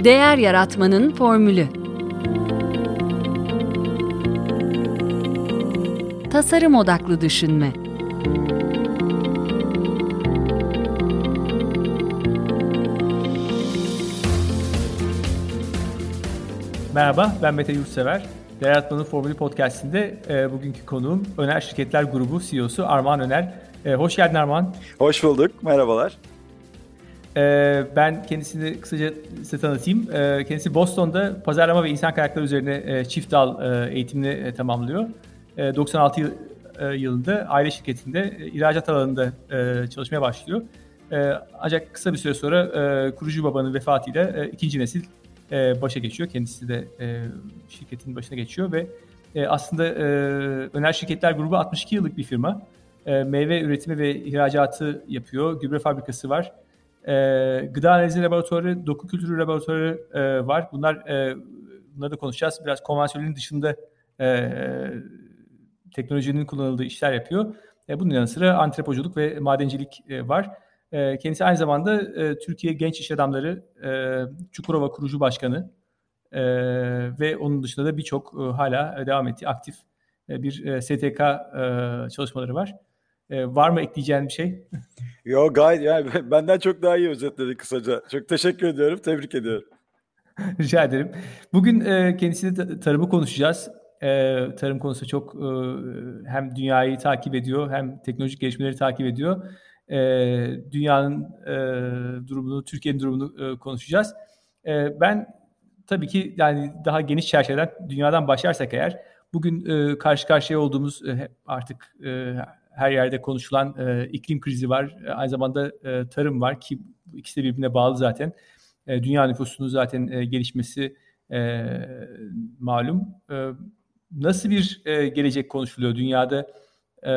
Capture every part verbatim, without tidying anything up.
Değer yaratmanın formülü. Tasarım odaklı düşünme. Merhaba, ben Mete Yurtsever. Değer Yaratmanın Formülü Podcast'inde e, bugünkü konuğum Öner Şirketler Grubu C E O'su Armağan Öner. E, hoş geldin Armağan. Hoş bulduk, merhabalar. E, ben kendisini kısaca size tanıtayım. E, kendisi Boston'da pazarlama ve insan kaynakları üzerine e, çift dal e, eğitimini e, tamamlıyor. E, doksan altı yıl, e, yılında aile şirketinde e, ihracat alanında e, çalışmaya başlıyor. E, ancak kısa bir süre sonra e, kurucu babanın vefatıyla e, ikinci nesil e, başa geçiyor. Kendisi de e, şirketin başına geçiyor ve e, aslında e, Öner Şirketler Grubu altmış iki yıllık bir firma. E, meyve üretimi ve ihracatı yapıyor. Gübre fabrikası var. E, gıda analizi laboratuvarı, doku kültürü laboratuvarı e, var. Bunlar e, bunları da konuşacağız. Biraz konvansiyonelin dışında e, teknolojinin kullanıldığı işler yapıyor. E, bunun yanı sıra antrepoculuk ve madencilik e, var. E, kendisi aynı zamanda e, Türkiye Genç İş Adamları e, Çukurova Kurucu Başkanı e, ve onun dışında da birçok e, hala devam ettiği aktif e, bir e, S T K e, çalışmaları var. E, var mı ekleyeceğin bir şey? Yo gayet yani benden çok daha iyi özetledin kısaca. Çok teşekkür ediyorum, tebrik ediyorum. Rica ederim. Bugün e, kendisiyle tarımı konuşacağız. E, tarım konusu çok e, hem dünyayı takip ediyor hem teknolojik gelişmeleri takip ediyor. E, dünyanın e, durumunu, Türkiye'nin durumunu e, konuşacağız. E, ben tabii ki yani daha geniş çerçeveden dünyadan başlarsak eğer bugün e, karşı karşıya olduğumuz e, artık e, her yerde konuşulan e, iklim krizi var. E, aynı zamanda e, tarım var ki ikisi de birbirine bağlı zaten. E, dünya nüfusunun zaten e, gelişmesi e, malum. E, nasıl bir e, gelecek konuşuluyor dünyada? E,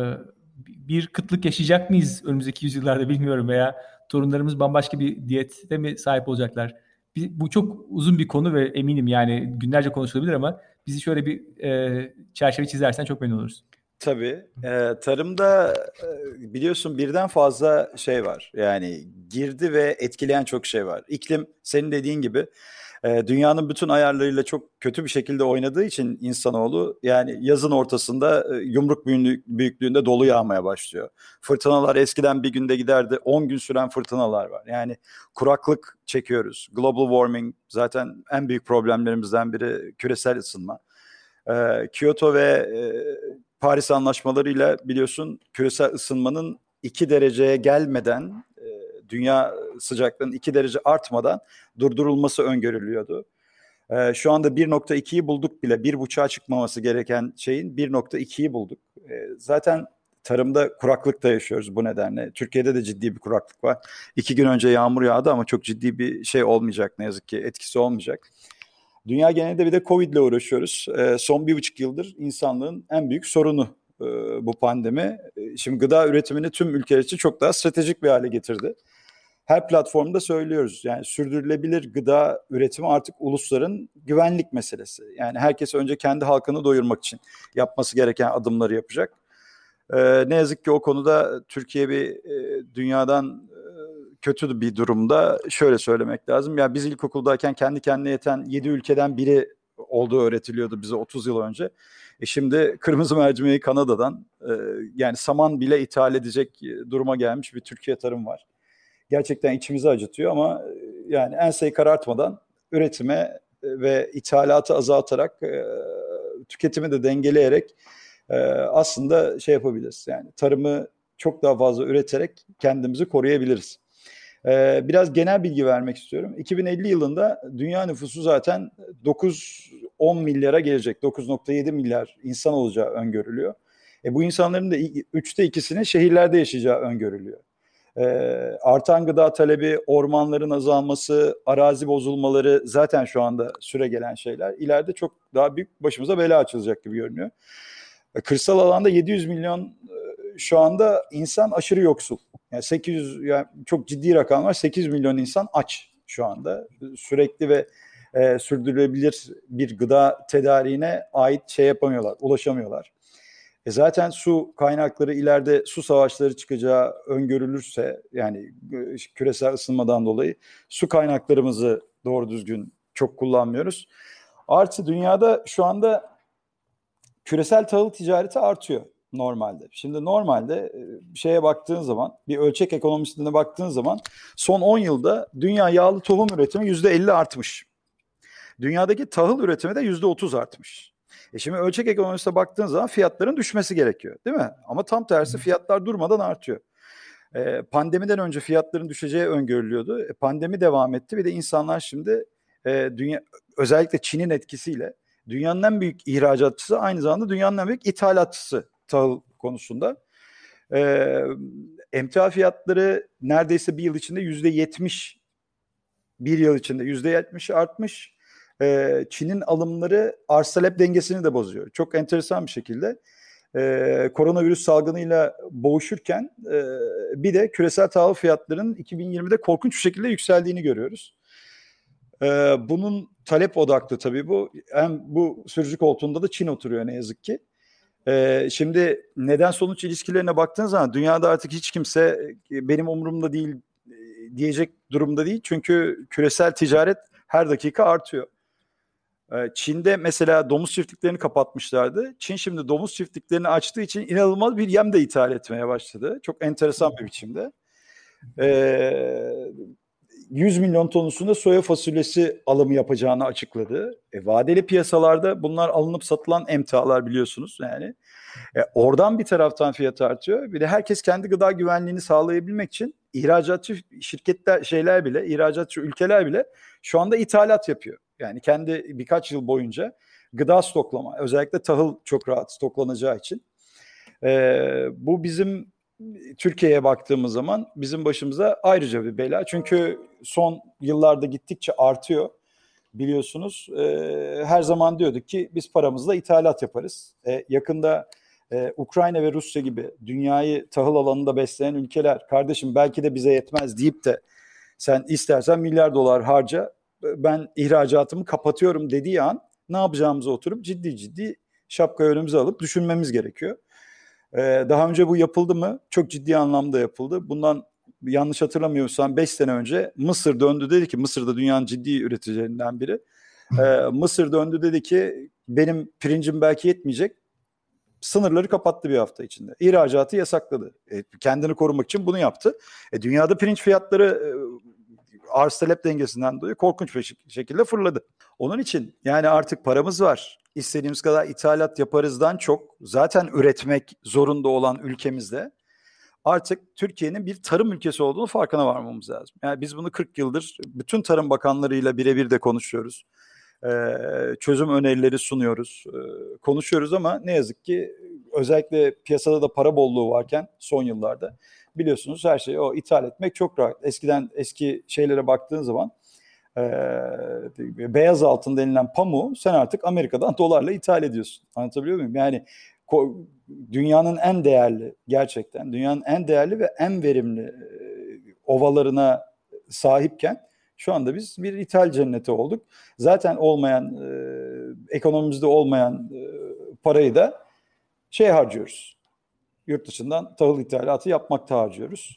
bir kıtlık yaşayacak mıyız önümüzdeki yüzyıllarda bilmiyorum veya torunlarımız bambaşka bir diyete mi sahip olacaklar? Bu çok uzun bir konu ve eminim yani günlerce konuşulabilir ama bizi şöyle bir e, çerçeve çizersen çok memnun oluruz. Tabii. E, tarımda e, biliyorsun birden fazla şey var. Yani girdi ve etkileyen çok şey var. İklim senin dediğin gibi e, dünyanın bütün ayarlarıyla çok kötü bir şekilde oynadığı için insanoğlu yani yazın ortasında e, yumruk büyüklü- büyüklüğünde dolu yağmaya başlıyor. Fırtınalar eskiden bir günde giderdi. on gün süren fırtınalar var. Yani kuraklık çekiyoruz. Global warming zaten en büyük problemlerimizden biri küresel ısınma. E, Kyoto ve e, Paris anlaşmalarıyla biliyorsun küresel ısınmanın iki dereceye gelmeden, e, dünya sıcaklığının iki derece artmadan durdurulması öngörülüyordu. E, şu anda bir nokta ikiyi bulduk bile, bir buçuğa çıkmaması gereken şeyin bir nokta ikiyi bulduk. E, zaten tarımda kuraklıkta yaşıyoruz bu nedenle. Türkiye'de de ciddi bir kuraklık var. İki gün önce yağmur yağdı ama çok ciddi bir şey olmayacak ne yazık ki, etkisi olmayacak. Dünya genelinde bir de Covid ile uğraşıyoruz. E, son bir buçuk yıldır insanlığın en büyük sorunu e, bu pandemi. E, şimdi gıda üretimini tüm ülkeler için çok daha stratejik bir hale getirdi. Her platformda söylüyoruz. Yani sürdürülebilir gıda üretimi artık ulusların güvenlik meselesi. Yani herkes önce kendi halkını doyurmak için yapması gereken adımları yapacak. E, ne yazık ki o konuda Türkiye bir e, dünyadan kötü bir durumda. Şöyle söylemek lazım. Ya biz ilkokuldayken kendi kendine yeten yedi ülkeden biri olduğu öğretiliyordu bize otuz yıl önce. E şimdi kırmızı mercimeği Kanada'dan e, yani saman bile ithal edecek duruma gelmiş bir Türkiye tarım var. Gerçekten içimizi acıtıyor ama yani enseyi karartmadan üretime ve ithalatı azaltarak e, tüketimi de dengeleyerek e, aslında şey yapabiliriz. Yani tarımı çok daha fazla üreterek kendimizi koruyabiliriz. Ee, biraz genel bilgi vermek istiyorum. iki bin elli yılında dünya nüfusu zaten dokuz on milyara gelecek. dokuz nokta yedi milyar insan olacağı öngörülüyor. E, bu insanların da üçte ikisinin şehirlerde yaşayacağı öngörülüyor. E, artan gıda talebi, ormanların azalması, arazi bozulmaları zaten şu anda süregelen şeyler. İleride çok daha büyük başımıza bela açılacak gibi görünüyor. E, kırsal alanda yedi yüz milyon şu anda insan aşırı yoksul. Yani sekiz yüz yani çok ciddi rakamlar. sekiz milyon insan aç şu anda. Sürekli ve e, sürdürülebilir bir gıda tedariğine ait şey yapamıyorlar, ulaşamıyorlar. E zaten su kaynakları ileride su savaşları çıkacağı öngörülürse yani küresel ısınmadan dolayı su kaynaklarımızı doğru düzgün çok kullanmıyoruz. Artı dünyada şu anda küresel tahıl ticareti artıyor normalde. Şimdi normalde şeye baktığın zaman, bir ölçek ekonomisine baktığın zaman son on yılda dünya yağlı tohum üretimi yüzde elli artmış. Dünyadaki tahıl üretimi de yüzde otuz artmış. E şimdi ölçek ekonomisine baktığın zaman fiyatların düşmesi gerekiyor, değil mi? Ama tam tersi fiyatlar durmadan artıyor. E, pandemiden önce fiyatların düşeceği öngörülüyordu. E, pandemi devam etti. Bir de insanlar şimdi e, dünya, özellikle Çin'in etkisiyle dünyanın en büyük ihracatçısı, aynı zamanda dünyanın en büyük ithalatçısı tahıl konusunda. E, emtia fiyatları neredeyse bir yıl içinde yüzde yetmiş, bir yıl içinde yüzde yetmiş artmış. E, Çin'in alımları arz talep dengesini de bozuyor. Çok enteresan bir şekilde. Ee, koronavirüs salgınıyla boğuşurken e, bir de küresel tahıl fiyatlarının iki bin yirmide korkunç bir şekilde yükseldiğini görüyoruz. Ee, bunun talep odaklı tabii bu. Hem bu sürücü koltuğunda da Çin oturuyor ne yazık ki. Ee, şimdi neden sonuç ilişkilerine baktığınız zaman dünyada artık hiç kimse benim umurumda değil diyecek durumda değil. Çünkü küresel ticaret her dakika artıyor. Çin'de mesela domuz çiftliklerini kapatmışlardı. Çin şimdi domuz çiftliklerini açtığı için inanılmaz bir yem de ithal etmeye başladı. Çok enteresan bir biçimde. Ee, yüz milyon tonusunda soya fasulyesi alımı yapacağını açıkladı. E, vadeli piyasalarda bunlar alınıp satılan emtialar biliyorsunuz yani. E, oradan bir taraftan fiyat artıyor. Bir de herkes kendi gıda güvenliğini sağlayabilmek için ihracatçı şirketler, şeyler bile, ihracatçı ülkeler bile şu anda ithalat yapıyor. Yani kendi birkaç yıl boyunca gıda stoklama, özellikle tahıl çok rahat stoklanacağı için. Ee, bu bizim Türkiye'ye baktığımız zaman bizim başımıza ayrıca bir bela. Çünkü son yıllarda gittikçe artıyor biliyorsunuz. Ee, her zaman diyorduk ki biz paramızla ithalat yaparız. Ee, yakında e, Ukrayna ve Rusya gibi dünyayı tahıl alanında besleyen ülkeler, kardeşim belki de bize yetmez deyip de sen istersen milyar dolar harca, ben ihracatımı kapatıyorum dediği an ne yapacağımızı oturup ciddi ciddi şapkayı önümüze alıp düşünmemiz gerekiyor. Ee, daha önce bu yapıldı mı? Çok ciddi anlamda yapıldı. Bundan yanlış hatırlamıyorsam beş sene önce Mısır döndü dedi ki, Mısır'da dünyanın ciddi üreticilerinden biri. Ee, Mısır döndü dedi ki benim pirincim belki yetmeyecek. Sınırları kapattı bir hafta içinde. İhracatı yasakladı. E, kendini korumak için bunu yaptı. E, dünyada pirinç fiyatları e, arz talep dengesinden dolayı korkunç bir şekilde fırladı. Onun için yani artık paramız var. İstediğimiz kadar ithalat yaparızdan çok zaten üretmek zorunda olan ülkemizde artık Türkiye'nin bir tarım ülkesi olduğunu farkına varmamız lazım. Yani biz bunu kırk yıldır bütün tarım bakanlarıyla birebir de konuşuyoruz. Ee, çözüm önerileri sunuyoruz. Ee, konuşuyoruz ama ne yazık ki özellikle piyasada da para bolluğu varken son yıllarda biliyorsunuz her şeyi o ithal etmek çok rahat. Eskiden eski şeylere baktığın zaman e, beyaz altın denilen pamuğu sen artık Amerika'dan dolarla ithal ediyorsun. Anlatabiliyor muyum? Yani ko- dünyanın en değerli, gerçekten dünyanın en değerli ve en verimli e, ovalarına sahipken şu anda biz bir ithal cenneti olduk. Zaten olmayan, e, ekonomimizde olmayan e, parayı da şey harcıyoruz. Yurt dışından tahıl ithalatı yapmakta harcıyoruz.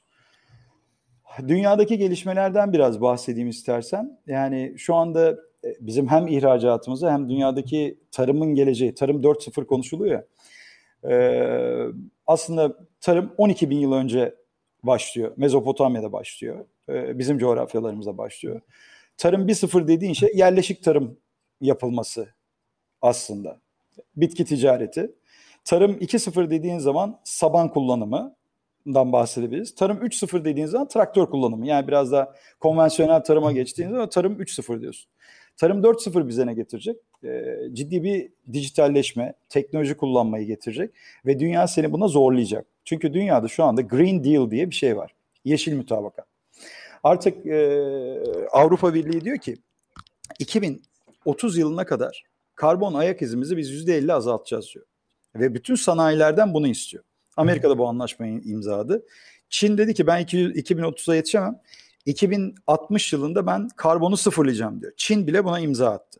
Dünyadaki gelişmelerden biraz bahsedeyim istersen. Yani şu anda bizim hem ihracatımızı hem dünyadaki tarımın geleceği, tarım dört nokta sıfır konuşuluyor ya. Ee, aslında tarım on iki bin yıl önce başlıyor. Mezopotamya'da başlıyor. Ee, bizim coğrafyalarımızda başlıyor. Tarım bir nokta sıfır dediğin şey yerleşik tarım yapılması aslında. Bitki ticareti. Tarım iki nokta sıfır dediğin zaman saban kullanımından bahsedebiliriz. Tarım üç nokta sıfır dediğin zaman traktör kullanımı. Yani biraz daha konvansiyonel tarıma geçtiğin zaman tarım üç nokta sıfır diyorsun. Tarım dört nokta sıfır bize ne getirecek? Ee, ciddi bir dijitalleşme, teknoloji kullanmayı getirecek ve dünya seni buna zorlayacak. Çünkü dünyada şu anda Green Deal diye bir şey var. Yeşil mütabakat. Artık e, Avrupa Birliği diyor ki iki bin otuz yılına kadar karbon ayak izimizi biz yüzde elli azaltacağız diyor. Ve bütün sanayilerden bunu istiyor. Amerika'da bu anlaşmayı imzaladı. Çin dedi ki ben iki bin otuza yetişemem. iki bin altmış yılında ben karbonu sıfırlayacağım diyor. Çin bile buna imza attı.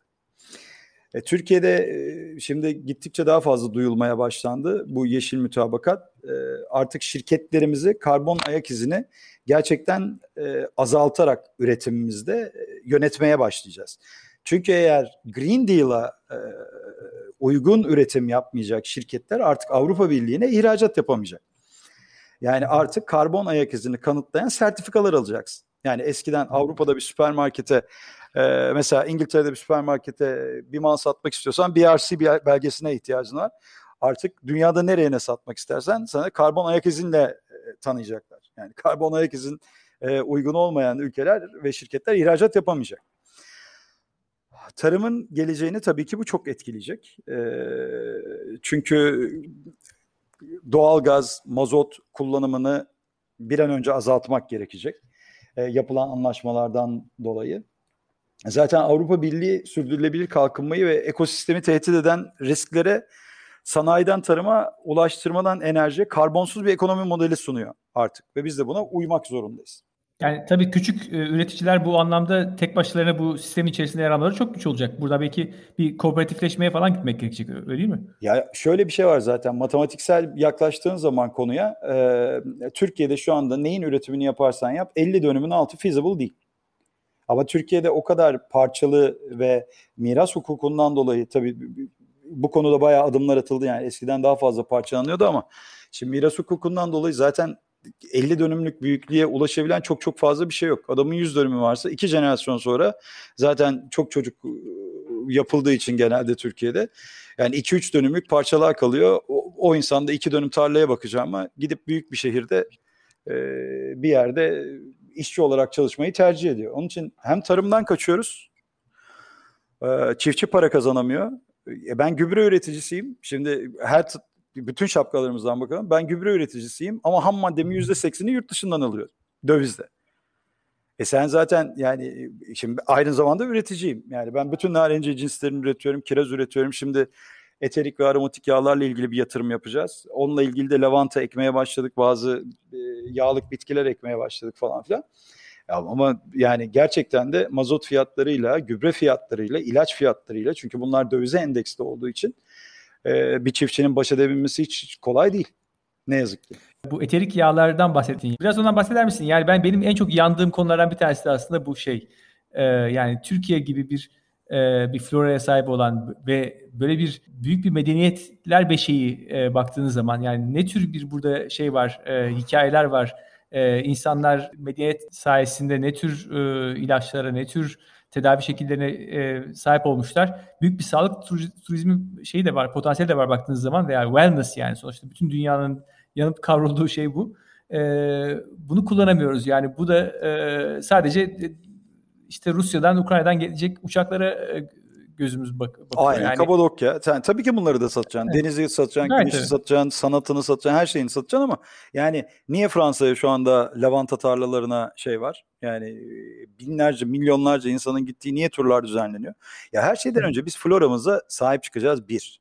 E, Türkiye'de e, şimdi gittikçe daha fazla duyulmaya başlandı bu yeşil mütabakat. e, artık şirketlerimizi karbon ayak izini gerçekten e, azaltarak üretimimizde e, yönetmeye başlayacağız. Çünkü eğer Green Deal'a e, uygun üretim yapmayacak şirketler artık Avrupa Birliği'ne ihracat yapamayacak. Yani artık karbon ayak izini kanıtlayan sertifikalar alacaksın. Yani eskiden Avrupa'da bir süpermarkete, e, mesela İngiltere'de bir süpermarkete bir mal satmak istiyorsan B R C belgesine ihtiyacın var. Artık dünyada nereye ne satmak istersen sana karbon ayak izinle e, tanıyacaklar. Yani karbon ayak izin e, uygun olmayan ülkeler ve şirketler ihracat yapamayacak. Tarımın geleceğini tabii ki bu çok etkileyecek. E, çünkü doğalgaz, mazot kullanımını bir an önce azaltmak gerekecek. E, yapılan anlaşmalardan dolayı. Zaten Avrupa Birliği sürdürülebilir kalkınmayı ve ekosistemi tehdit eden risklere sanayiden tarıma, ulaştırmadan enerjiye karbonsuz bir ekonomi modeli sunuyor artık. Ve biz de buna uymak zorundayız. Yani tabii küçük e, üreticiler bu anlamda tek başlarına bu sistem içerisinde yer almaları çok güç olacak. Burada belki bir kooperatifleşmeye falan gitmek gerekecek, öyle değil mi? Ya şöyle bir şey var zaten, matematiksel yaklaştığın zaman konuya, e, Türkiye'de şu anda neyin üretimini yaparsan yap elli dönümün altı feasible değil. Ama Türkiye'de o kadar parçalı ve miras hukukundan dolayı tabii bu konuda bayağı adımlar atıldı. Yani eskiden daha fazla parçalanıyordu ama şimdi miras hukukundan dolayı zaten elli dönümlük büyüklüğe ulaşabilen çok çok fazla bir şey yok. Adamın yüz dönümü varsa iki jenerasyon sonra zaten çok çocuk yapıldığı için genelde Türkiye'de yani iki üç dönümlük parçalar kalıyor. O, o insan da iki dönüm tarlaya bakacağım ama gidip büyük bir şehirde e, bir yerde işçi olarak çalışmayı tercih ediyor. Onun için hem tarımdan kaçıyoruz, e, çiftçi para kazanamıyor. E, ben gübre üreticisiyim. Şimdi her bütün şapkalarımızdan bakalım. Ben gübre üreticisiyim ama ham maddemin yüzde sekseni yurt dışından alıyor dövizle. E sen zaten yani şimdi aynı zamanda üreticiyim. Yani ben bütün narenciye cinslerini üretiyorum, kiraz üretiyorum. Şimdi eterik ve aromatik yağlarla ilgili bir yatırım yapacağız. Onunla ilgili de lavanta ekmeye başladık. Bazı e, yağlık bitkiler ekmeye başladık falan filan. Ama yani gerçekten de mazot fiyatlarıyla, gübre fiyatlarıyla, ilaç fiyatlarıyla, çünkü bunlar dövize endeksli olduğu için e, bir çiftçinin baş edebilmesi hiç kolay değil. Ne yazık ki. Bu eterik yağlardan bahsettin. Biraz ondan bahseder misin? Yani ben benim en çok yandığım konulardan bir tanesi de aslında bu şey. Ee, yani Türkiye gibi bir e, bir floraya sahip olan ve böyle bir büyük bir medeniyetler beşiği e, baktığınız zaman yani ne tür bir burada şey var, e, hikayeler var. E, insanlar medeniyet sayesinde ne tür e, ilaçlara, ne tür tedavi şekillerine e, sahip olmuşlar. Büyük bir sağlık turizmi şeyi de var, potansiyeli de var baktığınız zaman veya wellness, yani sonuçta bütün dünyanın yanıp kavrulduğu şey bu. Ee, bunu kullanamıyoruz. Yani bu da e, sadece işte Rusya'dan, Ukrayna'dan gelecek uçaklara e, gözümüz bak bakıyor. Aynen, yani. Kabadokya. Sen tabii ki bunları da satacaksın. Evet. Denizi satacaksın, Gayet güneşi evet. satacaksın, sanatını satacaksın, her şeyini satacaksın ama yani niye Fransa'ya şu anda lavanta tarlalarına şey var? Yani binlerce, milyonlarca insanın gittiği niye turlar düzenleniyor? Ya her şeyden önce biz floramıza sahip çıkacağız bir.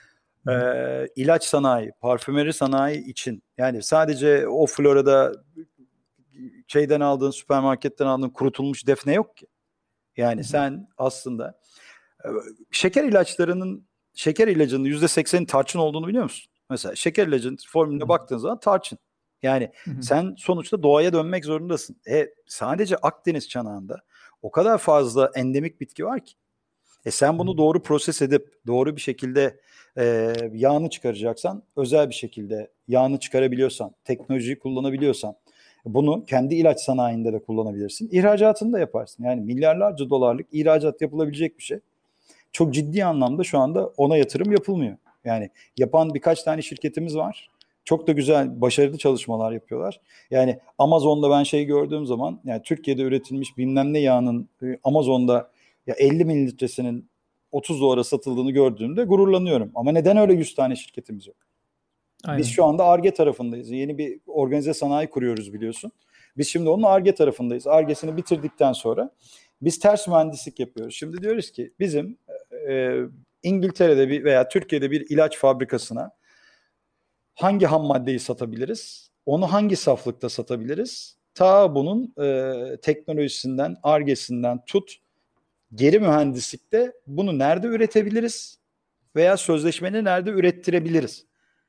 Ee, ilaç sanayi, parfümeri sanayi için yani sadece o florada şeyden aldığın, süpermarketten aldığın kurutulmuş defne yok ki. Yani sen aslında şeker ilaçlarının, şeker ilacının yüzde sekseni tarçın olduğunu biliyor musun? Mesela şeker ilacının formülüne baktığın zaman tarçın. Yani sen sonuçta doğaya dönmek zorundasın. E, sadece Akdeniz çanağında o kadar fazla endemik bitki var ki. E sen bunu doğru proses edip doğru bir şekilde e, yağını çıkaracaksan, özel bir şekilde yağını çıkarabiliyorsan, teknolojiyi kullanabiliyorsan bunu kendi ilaç sanayinde de kullanabilirsin. İhracatını da yaparsın. Yani milyarlarca dolarlık ihracat yapılabilecek bir şey. Çok ciddi anlamda şu anda ona yatırım yapılmıyor. Yani yapan birkaç tane şirketimiz var. Çok da güzel, başarılı çalışmalar yapıyorlar. Yani Amazon'da ben şey gördüğüm zaman, yani Türkiye'de üretilmiş bilmem ne yağının Amazon'da ya elli mililitresinin otuz dolara satıldığını gördüğümde gururlanıyorum. Ama neden öyle yüz tane şirketimiz yok? Aynen. Biz şu anda Ar-Ge tarafındayız. Yeni bir organize sanayi kuruyoruz biliyorsun. Biz şimdi onun Ar-Ge tarafındayız. Ar-Ge'sini bitirdikten sonra biz ters mühendislik yapıyoruz. Şimdi diyoruz ki bizim e, İngiltere'de bir veya Türkiye'de bir ilaç fabrikasına hangi ham maddeyi satabiliriz? Onu hangi saflıkta satabiliriz? Ta bunun e, teknolojisinden, Ar-Ge'sinden tut, geri mühendislikte bunu nerede üretebiliriz? Veya sözleşmeni nerede ürettirebiliriz?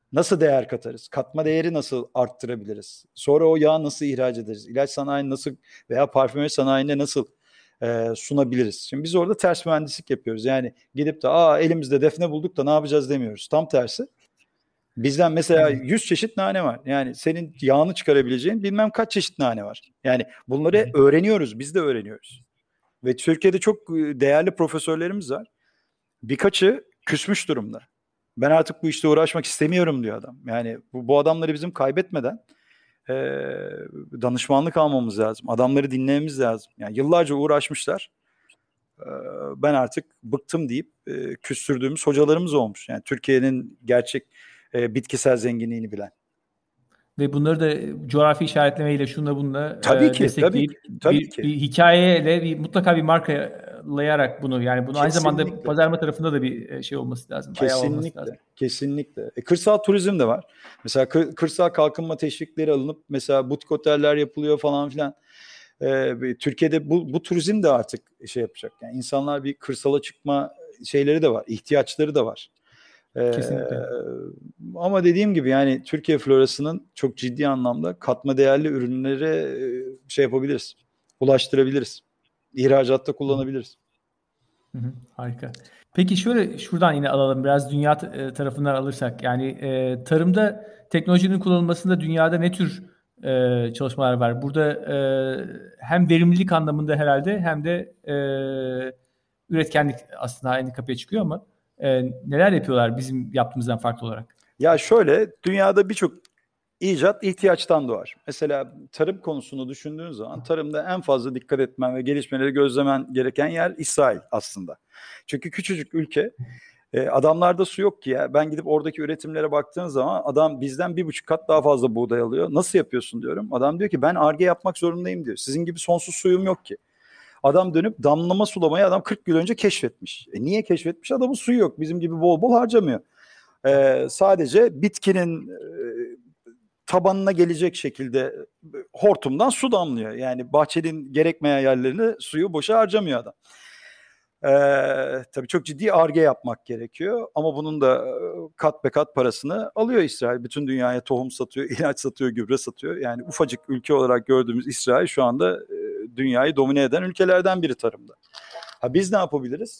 Nasıl değer katarız? Katma değeri nasıl arttırabiliriz? Sonra o yağı nasıl ihraç ederiz? İlaç sanayini nasıl veya parfümeri sanayine nasıl e, sunabiliriz? Şimdi biz orada ters mühendislik yapıyoruz. Yani gidip de aa elimizde defne bulduk da ne yapacağız demiyoruz. Tam tersi. Bizden mesela yüz çeşit nane var. Yani senin yağını çıkarabileceğin bilmem kaç çeşit nane var. Yani bunları öğreniyoruz. Biz de öğreniyoruz. Ve Türkiye'de çok değerli profesörlerimiz var. Birkaçı küsmüş durumda. Ben artık bu işte uğraşmak istemiyorum diyor adam. Yani bu, bu adamları bizim kaybetmeden e, danışmanlık almamız lazım. Adamları dinlememiz lazım. Yani yıllarca uğraşmışlar. E, ben artık bıktım deyip e, küstürdüğümüz hocalarımız olmuş. Yani Türkiye'nin gerçek e, bitkisel zenginliğini bilen. Ve bunları da coğrafi işaretlemeyle şunla bununla tabii e, ki, destekleyip tabii, tabii bir, ki. bir hikayeyle bir, mutlaka bir markalayarak bunu yani bunu aynı zamanda pazarlama tarafında da bir şey olması lazım. Ayağı olması lazım. Kesinlikle. E, kırsal turizm de var. Mesela kır, kırsal kalkınma teşvikleri alınıp mesela butik oteller yapılıyor falan filan. E, Türkiye'de bu, bu turizm de artık şey yapacak. Yani insanlar bir kırsala çıkma şeyleri de var. İhtiyaçları da var. Kesinlikle. Ee, ama dediğim gibi yani Türkiye florasının çok ciddi anlamda katma değerli ürünlere şey yapabiliriz. Ulaştırabiliriz. İhracatta kullanabiliriz. Hı hı, harika. Peki şöyle şuradan yine alalım biraz dünya tarafından alırsak yani e, tarımda teknolojinin kullanılmasında dünyada ne tür e, çalışmalar var? Burada e, hem verimlilik anlamında herhalde hem de e, üretkenlik aslında aynı kapıya çıkıyor ama e, neler yapıyorlar bizim yaptığımızdan farklı olarak? Ya şöyle dünyada birçok icat ihtiyaçtan doğar. Mesela tarım konusunu düşündüğün zaman tarımda en fazla dikkat etmen ve gelişmeleri gözlemen gereken yer İsrail aslında. Çünkü küçücük ülke. E, adamlarda su yok ki ya. Ben gidip oradaki üretimlere baktığın zaman adam bizden bir buçuk kat daha fazla buğday alıyor. Nasıl yapıyorsun diyorum. Adam diyor ki ben Ar-Ge yapmak zorundayım diyor. Sizin gibi sonsuz suyum yok ki. Adam dönüp damlama sulamayı adam kırk yıl önce keşfetmiş. E niye keşfetmiş? Adamın suyu yok. Bizim gibi bol bol harcamıyor. E, sadece bitkinin e, tabanına gelecek şekilde hortumdan su damlıyor. Yani bahçenin gerekmeyen yerlerine suyu boşa harcamıyor adam. Ee, tabii çok ciddi Ar-Ge yapmak gerekiyor ama bunun da kat be kat parasını alıyor İsrail. Bütün dünyaya tohum satıyor, ilaç satıyor, gübre satıyor. Yani ufacık ülke olarak gördüğümüz İsrail şu anda e, dünyayı domine eden ülkelerden biri tarımda. Ha, biz ne yapabiliriz?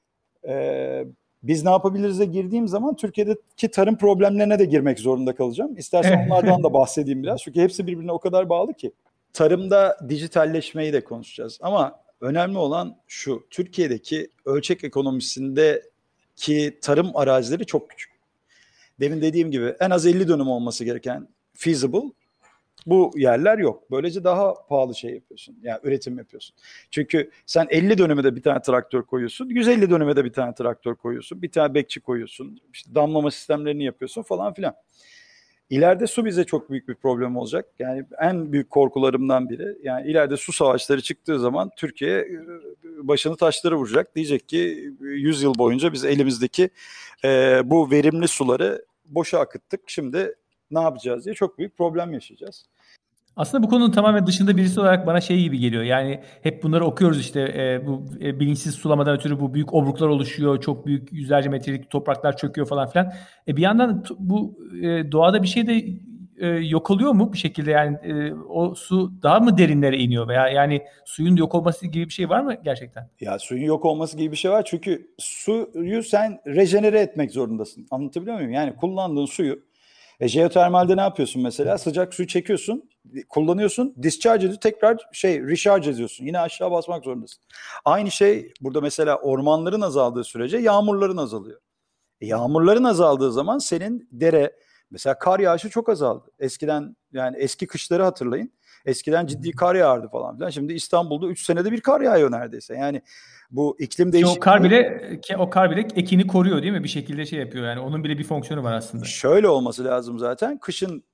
Ee, biz ne yapabiliriz'e girdiğim zaman Türkiye'deki tarım problemlerine de girmek zorunda kalacağım. İstersen onlardan da bahsedeyim biraz. Çünkü hepsi birbirine o kadar bağlı ki. Tarımda dijitalleşmeyi de konuşacağız ama önemli olan şu, Türkiye'deki ölçek ekonomisindeki tarım arazileri çok küçük. Demin dediğim gibi en az elli dönüm olması gereken feasible bu yerler yok. Böylece daha pahalı şey yapıyorsun. Yani üretim yapıyorsun. Çünkü sen elli dönüme de bir tane traktör koyuyorsun. yüz elli dönüme de bir tane traktör koyuyorsun. Bir tane bekçi koyuyorsun. İşte damlama sistemlerini yapıyorsun falan filan. İleride su bize çok büyük bir problem olacak. Yani en büyük korkularımdan biri. Yani ileride su savaşları çıktığı zaman Türkiye başını taşlara vuracak. Diyecek ki yüz yıl boyunca biz elimizdeki e, bu verimli suları boşa akıttık. Şimdi ne yapacağız diye çok büyük problem yaşayacağız. Aslında bu konunun tamamen dışında birisi olarak bana şey gibi geliyor. Yani hep bunları okuyoruz işte e, bu e, bilinçsiz sulamadan ötürü bu büyük obruklar oluşuyor. Çok büyük yüzlerce metrelik topraklar çöküyor falan filan. E, bir yandan t- bu e, doğada bir şey de e, yok oluyor mu bir şekilde? Yani e, o su daha mı derinlere iniyor veya yani suyun yok olması gibi bir şey var mı gerçekten? Ya suyun yok olması gibi bir şey var. Çünkü suyu sen rejenere etmek zorundasın. Anlatabiliyor muyum? Yani kullandığın suyu E, jeotermalde ne yapıyorsun mesela? Sıcak suyu çekiyorsun, kullanıyorsun, discharge ediyorsun, tekrar şey recharge ediyorsun. Yine aşağı basmak zorundasın. Aynı şey burada mesela ormanların azaldığı sürece yağmurların azalıyor. E, yağmurların azaldığı zaman senin dere, mesela kar yağışı çok azaldı. Eskiden yani eski kışları hatırlayın. Eskiden ciddi kar yağardı falan filan. Şimdi İstanbul'da üç senede bir kar yağıyor neredeyse. Yani bu iklim değişikliği... Ki o kar bile ki o kar bile ekini koruyor değil mi? Bir şekilde şey yapıyor yani. Onun bile bir fonksiyonu var aslında. Şöyle olması lazım zaten. Kışın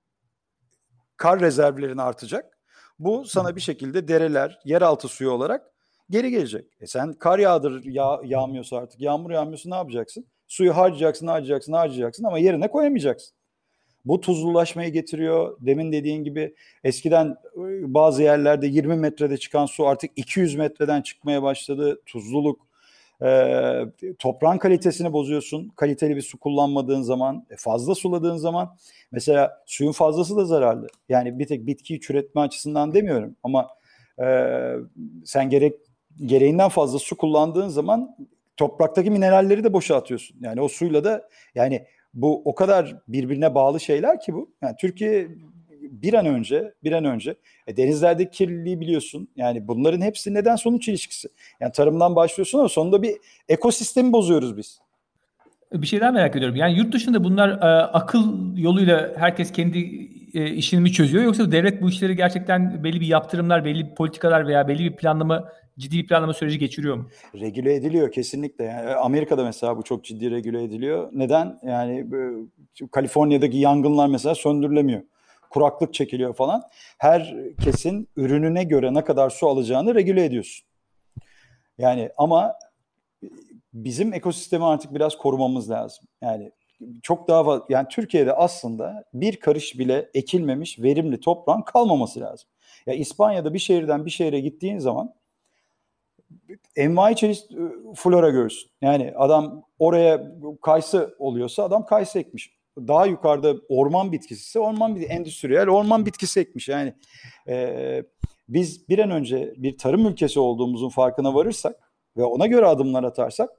kar rezervlerin artacak. Bu sana bir şekilde dereler, yeraltı suyu olarak geri gelecek. E sen kar yağdır yağ, yağmıyorsa artık, yağmur yağmıyorsa ne yapacaksın? Suyu harcayacaksın, harcayacaksın, harcayacaksın ama yerine koyamayacaksın. Bu tuzlulaşmayı getiriyor. Demin dediğin gibi eskiden bazı yerlerde yirmi metrede çıkan su artık iki yüz metreden çıkmaya başladı. Tuzluluk Ee, toprağın kalitesini bozuyorsun. Kaliteli bir su kullanmadığın zaman, fazla suladığın zaman, mesela suyun fazlası da zararlı. Yani bir tek bitkiyi çürütme açısından demiyorum ama e, sen gerek gereğinden fazla su kullandığın zaman topraktaki mineralleri de boşa atıyorsun. Yani o suyla da, yani bu o kadar birbirine bağlı şeyler ki bu. Yani Türkiye bir an önce bir an önce e, denizlerdeki kirliliği biliyorsun. Yani bunların hepsi neden sonuç ilişkisi. Yani tarımdan başlıyorsun ama sonunda bir ekosistemi bozuyoruz biz. Bir şey daha merak ediyorum. Yani yurt dışında bunlar e, akıl yoluyla herkes kendi e, işini mi çözüyor, yoksa devlet bu işleri gerçekten belli bir yaptırımlar, belli bir politikalar veya belli bir planlama, ciddi bir planlama süreci geçiriyor mu? Regüle ediliyor kesinlikle. Yani Amerika'da mesela bu çok ciddi regüle ediliyor. Neden? Yani e, Kaliforniya'daki yangınlar mesela söndürülemiyor. Kuraklık çekiliyor falan. Herkesin ürününe göre ne kadar su alacağını regüle ediyorsun. Yani ama bizim ekosistemi artık biraz korumamız lazım. Yani çok daha fazla, yani Türkiye'de aslında bir karış bile ekilmemiş verimli toprağın kalmaması lazım. Ya İspanya'da bir şehirden bir şehre gittiğin zaman envai çeşit flora görürsün. Yani adam oraya kayısı oluyorsa adam kayısı ekmiş. Daha yukarıda orman bitkisi ise orman bitkisi, endüstriyel orman bitkisi ekmiş. Yani e, biz bir an önce bir tarım ülkesi olduğumuzun farkına varırsak ve ona göre adımlar atarsak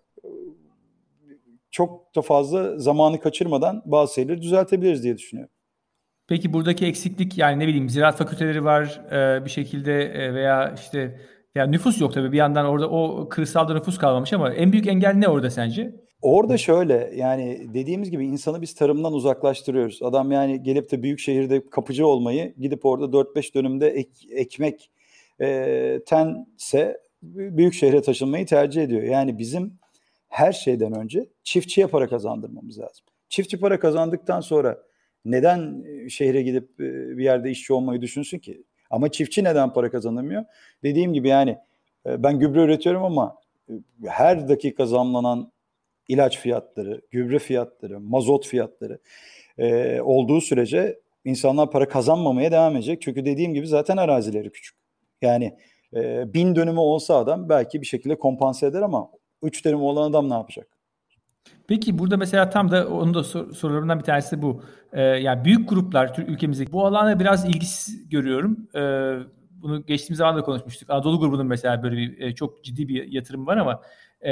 çok da fazla zamanı kaçırmadan bazı şeyleri düzeltebiliriz diye düşünüyorum. Peki buradaki eksiklik, yani ne bileyim, ziraat fakülteleri var e, bir şekilde e, veya işte ya nüfus yok tabii, bir yandan orada o kırsalda nüfus kalmamış, ama en büyük engel ne orada sence? Orada şöyle, yani dediğimiz gibi insanı biz tarımdan uzaklaştırıyoruz. Adam yani gelip de büyük şehirde kapıcı olmayı, gidip orada dört beş dönümde ek, ekmek e, tense büyük şehre taşınmayı tercih ediyor. Yani bizim her şeyden önce çiftçiye para kazandırmamız lazım. Çiftçi para kazandıktan sonra neden şehre gidip e, bir yerde işçi olmayı düşünsün ki? Ama çiftçi neden para kazanamıyor? Dediğim gibi yani e, ben gübre üretiyorum ama e, her dakika zamlanan ilaç fiyatları, gübre fiyatları, mazot fiyatları e, olduğu sürece insanlar para kazanmamaya devam edecek. Çünkü dediğim gibi zaten arazileri küçük. Yani e, bin dönümü olsa adam belki bir şekilde kompanse eder ama üç dönümü olan adam ne yapacak? Peki burada mesela tam da onun da sor- sorularımdan bir tanesi bu. Ee, yani büyük gruplar Türk ülkemizdeki bu alana biraz ilgisiz görüyorum. Ee, bunu geçtiğimiz zaman da konuşmuştuk. Anadolu grubunun mesela böyle bir e, çok ciddi bir yatırım var ama e,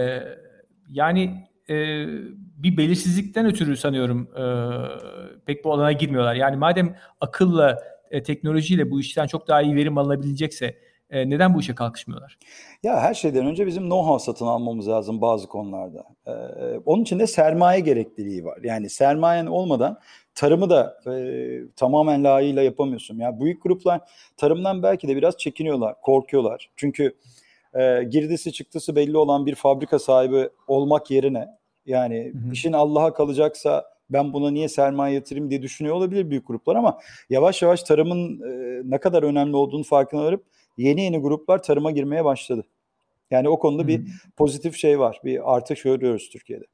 yani e, bir belirsizlikten ötürü sanıyorum e, pek bu alana girmiyorlar. Yani madem akılla, e, teknolojiyle bu işten çok daha iyi verim alınabilecekse e, neden bu işe kalkışmıyorlar? Ya her şeyden önce bizim know-how satın almamız lazım bazı konularda. Ee, onun için de sermaye gerekliliği var. Yani sermayen olmadan tarımı da e, tamamen layığıyla yapamıyorsun. Yani büyük gruplar tarımdan belki de biraz çekiniyorlar, korkuyorlar. Çünkü e, girdisi çıktısı belli olan bir fabrika sahibi olmak yerine, yani Hı hı. işin Allah'a kalacaksa ben buna niye sermaye yatırayım diye düşünüyor olabilir büyük gruplar ama yavaş yavaş tarımın e, ne kadar önemli olduğunu farkına varıp yeni yeni gruplar tarıma girmeye başladı. Yani o Hı konuda hı. bir pozitif şey var. Bir artış görüyoruz Türkiye'de.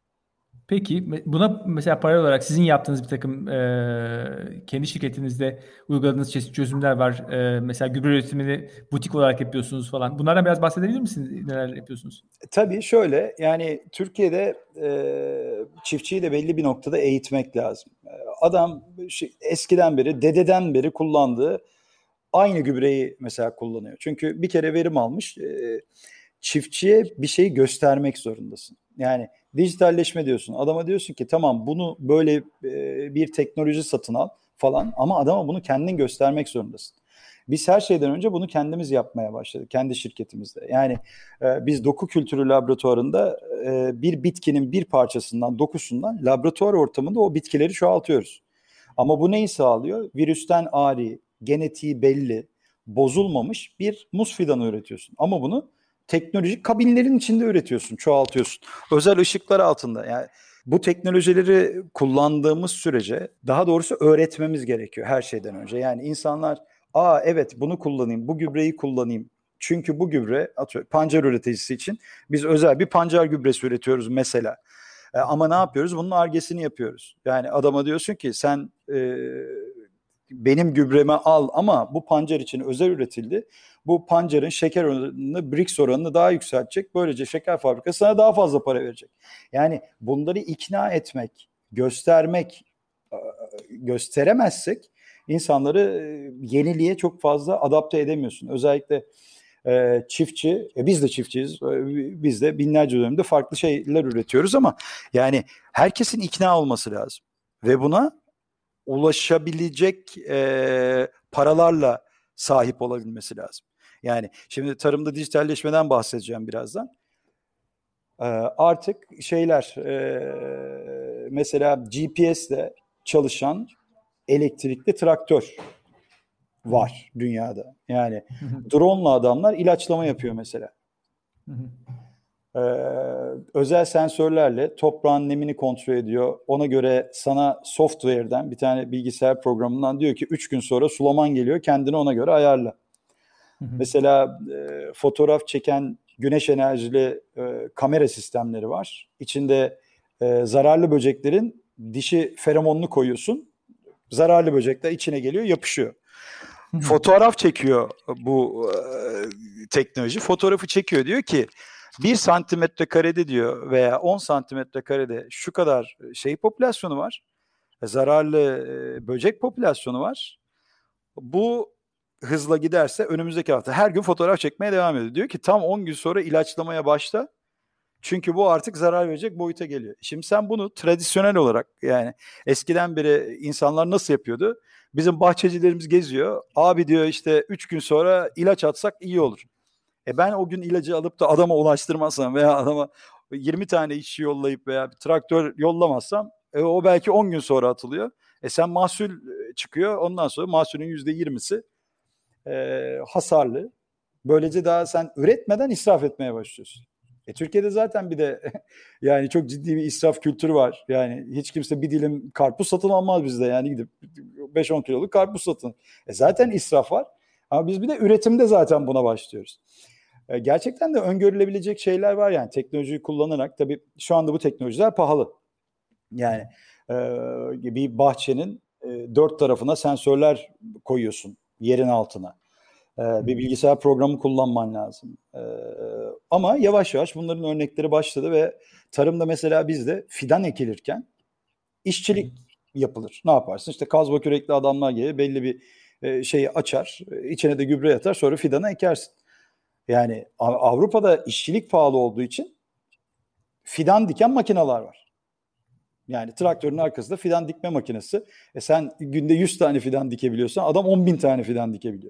Peki me- buna mesela paralel olarak sizin yaptığınız bir takım e, kendi şirketinizde uyguladığınız çeşitli çözümler var. E, mesela gübre üretimini butik olarak yapıyorsunuz falan. Bunlardan biraz bahsedebilir misiniz? Neler yapıyorsunuz? E, tabii şöyle, yani Türkiye'de e, çiftçiyi de belli bir noktada eğitmek lazım. E, adam şey, eskiden beri, dededen beri kullandığı aynı gübreyi mesela kullanıyor. Çünkü bir kere verim almış. E, çiftçiye bir şeyi göstermek zorundasın. Yani dijitalleşme diyorsun. Adama diyorsun ki tamam bunu böyle e, bir teknoloji satın al falan ama adama bunu kendin göstermek zorundasın. Biz her şeyden önce bunu kendimiz yapmaya başladık. Kendi şirketimizde. Yani e, biz doku kültürü laboratuvarında e, bir bitkinin bir parçasından, dokusundan laboratuvar ortamında o bitkileri çoğaltıyoruz. Ama bu neyi sağlıyor? Virüsten ari, genetiği belli, bozulmamış bir muz fidanı üretiyorsun. Ama bunu teknolojik kabinlerin içinde üretiyorsun, çoğaltıyorsun. Özel ışıklar altında. Yani bu teknolojileri kullandığımız sürece daha doğrusu öğretmemiz gerekiyor her şeyden önce. Yani insanlar, aa evet bunu kullanayım, bu gübreyi kullanayım. Çünkü bu gübre, atıyorum pancar üreticisi için biz özel bir pancar gübresi üretiyoruz mesela. E, ama ne yapıyoruz? Bunun argesini yapıyoruz. Yani adama diyorsun ki sen e, benim gübremi al ama bu pancar için özel üretildi. Bu pancarın şeker oranını, Brix oranını daha yükseltecek. Böylece şeker fabrikası sana daha fazla para verecek. Yani bunları ikna etmek, göstermek, gösteremezsek insanları yeniliğe çok fazla adapte edemiyorsun. Özellikle e, çiftçi, e, biz de çiftçiyiz, e, biz de binlerce dönemde farklı şeyler üretiyoruz ama yani herkesin ikna olması lazım. Ve buna ulaşabilecek e, paralarla sahip olabilmesi lazım. Yani şimdi tarımda dijitalleşmeden bahsedeceğim birazdan. E, artık şeyler e, mesela G P S'le çalışan elektrikli traktör var dünyada. Yani drone'la adamlar ilaçlama yapıyor mesela. Ee, özel sensörlerle toprağın nemini kontrol ediyor. Ona göre sana software'den bir tane bilgisayar programından diyor ki üç gün sonra sulaman geliyor. Kendini ona göre ayarla. Mesela e, fotoğraf çeken güneş enerjili e, kamera sistemleri var. İçinde e, zararlı böceklerin dişi feromonunu koyuyorsun. Zararlı böcekler içine geliyor, yapışıyor. Fotoğraf çekiyor bu e, teknoloji. Fotoğrafı çekiyor, diyor ki bir santimetre karede diyor veya on santimetre karede şu kadar şey popülasyonu var. Zararlı e, böcek popülasyonu var. Bu hızla giderse önümüzdeki hafta her gün fotoğraf çekmeye devam ediyor. Diyor ki tam on gün sonra ilaçlamaya başla. Çünkü bu artık zarar verecek boyuta geliyor. Şimdi sen bunu tradisyonel olarak, yani eskiden beri insanlar nasıl yapıyordu? Bizim bahçecilerimiz geziyor. Abi diyor işte üç gün sonra ilaç atsak iyi olur. E ben o gün ilacı alıp da adama ulaştırmazsam veya adama yirmi tane işçi yollayıp veya bir traktör yollamazsam e o belki on gün sonra atılıyor. E sen mahsul çıkıyor. Ondan sonra mahsulün yüzde yirmisi e, hasarlı. Böylece daha sen üretmeden israf etmeye başlıyorsun. E Türkiye'de zaten bir de yani çok ciddi bir israf kültürü var. Yani hiç kimse bir dilim karpuz satın almaz bizde. Yani gidip beş on kiloluk karpuz satın. E zaten israf var. Ama biz bir de üretimde zaten buna başlıyoruz. E gerçekten de öngörülebilecek şeyler var yani teknolojiyi kullanarak. Tabii şu anda bu teknolojiler pahalı. Yani e, bir bahçenin e, dört tarafına sensörler koyuyorsun yerin altına. Bir bilgisayar programı kullanman lazım. Ee, ama yavaş yavaş bunların örnekleri başladı ve tarımda mesela bizde fidan ekilirken işçilik yapılır. Ne yaparsın? İşte kazma kürekli adamlar gelir, belli bir e, şeyi açar, içine de gübre atar, sonra fidanı ekersin. Yani Avrupa'da işçilik pahalı olduğu için fidan diken makineler var. Yani traktörün arkasında fidan dikme makinesi. E sen günde yüz tane fidan dikebiliyorsan adam on bin tane fidan dikebiliyor.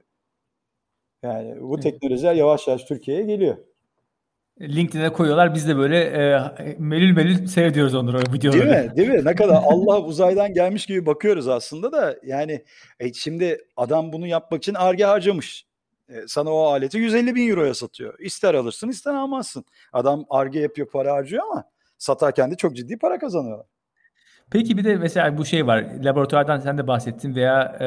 Yani bu teknolojiler yavaş yavaş Türkiye'ye geliyor. LinkedIn'e koyuyorlar. Biz de böyle e, melül melül seyrediyoruz onları, o videoları. Değil mi? Değil mi? Ne kadar Allah uzaydan gelmiş gibi bakıyoruz aslında da yani e, şimdi adam bunu yapmak için Ar-Ge harcamış. E, sana o aleti yüz elli bin euroya satıyor. İster alırsın ister almazsın. Adam Ar-Ge yapıyor, para harcıyor ama satarken de çok ciddi para kazanıyorlar. Peki bir de mesela bu şey var. Laboratuvardan sen de bahsettin veya e,